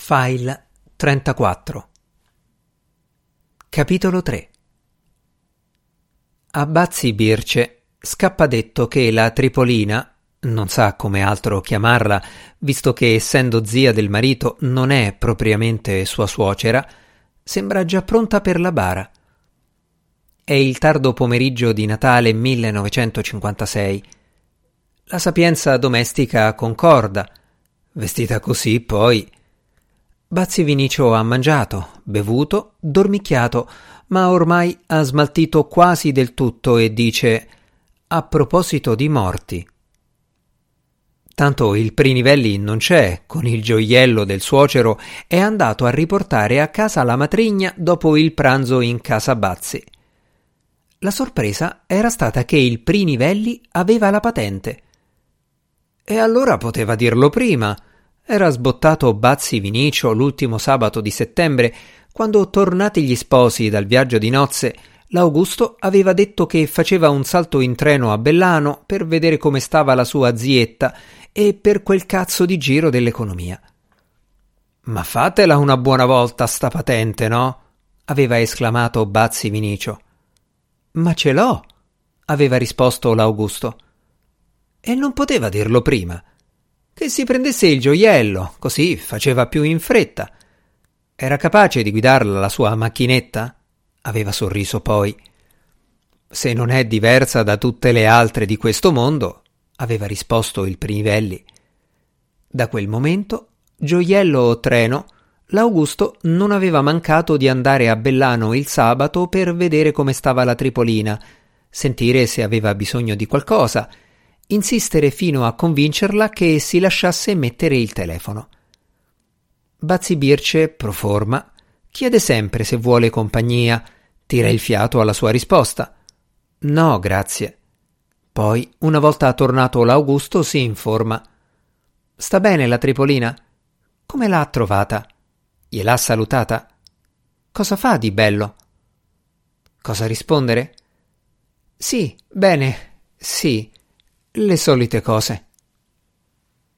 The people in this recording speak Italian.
File 34. Capitolo 3. A Bazzi Birce scappa detto che la Tripolina, non sa come altro chiamarla, visto che essendo zia del marito non è propriamente sua suocera, sembra già pronta per la bara. È il tardo pomeriggio di Natale 1956. La sapienza domestica concorda. Vestita così, poi... Bazzi Vinicio ha mangiato, bevuto, dormicchiato, ma ormai ha smaltito quasi del tutto e dice: a proposito di morti. Tanto il Prinivelli non c'è, con il gioiello del suocero è andato a riportare a casa la matrigna dopo il pranzo in casa Bazzi. La sorpresa era stata che il Prinivelli aveva la patente. E allora poteva dirlo prima. Era sbottato Bazzi Vinicio l'ultimo sabato di settembre, quando, tornati gli sposi dal viaggio di nozze, l'Augusto aveva detto che faceva un salto in treno a Bellano per vedere come stava la sua zietta e per quel cazzo di giro dell'economia. «Ma fatela una buona volta sta patente, no?» aveva esclamato Bazzi Vinicio. «Ma ce l'ho», aveva risposto l'Augusto. «E non poteva dirlo prima?» Che si prendesse il gioiello, così faceva più in fretta. Era capace di guidarla la sua macchinetta? Aveva sorriso poi. Se non è diversa da tutte le altre di questo mondo, aveva risposto il Prinivelli. Da quel momento, gioiello o treno, l'Augusto non aveva mancato di andare a Bellano il sabato per vedere come stava la Tripolina, sentire se aveva bisogno di qualcosa, insistere fino a convincerla che si lasciasse mettere il telefono. Bazzi Birce, pro forma, chiede sempre se vuole compagnia, tira il fiato alla sua risposta. No, grazie. Poi, una volta tornato l'Augusto, si informa. Sta bene la Tripolina? Come l'ha trovata? Gliel'ha salutata? Cosa fa di bello? Cosa rispondere? Sì, bene, sì. Le solite cose.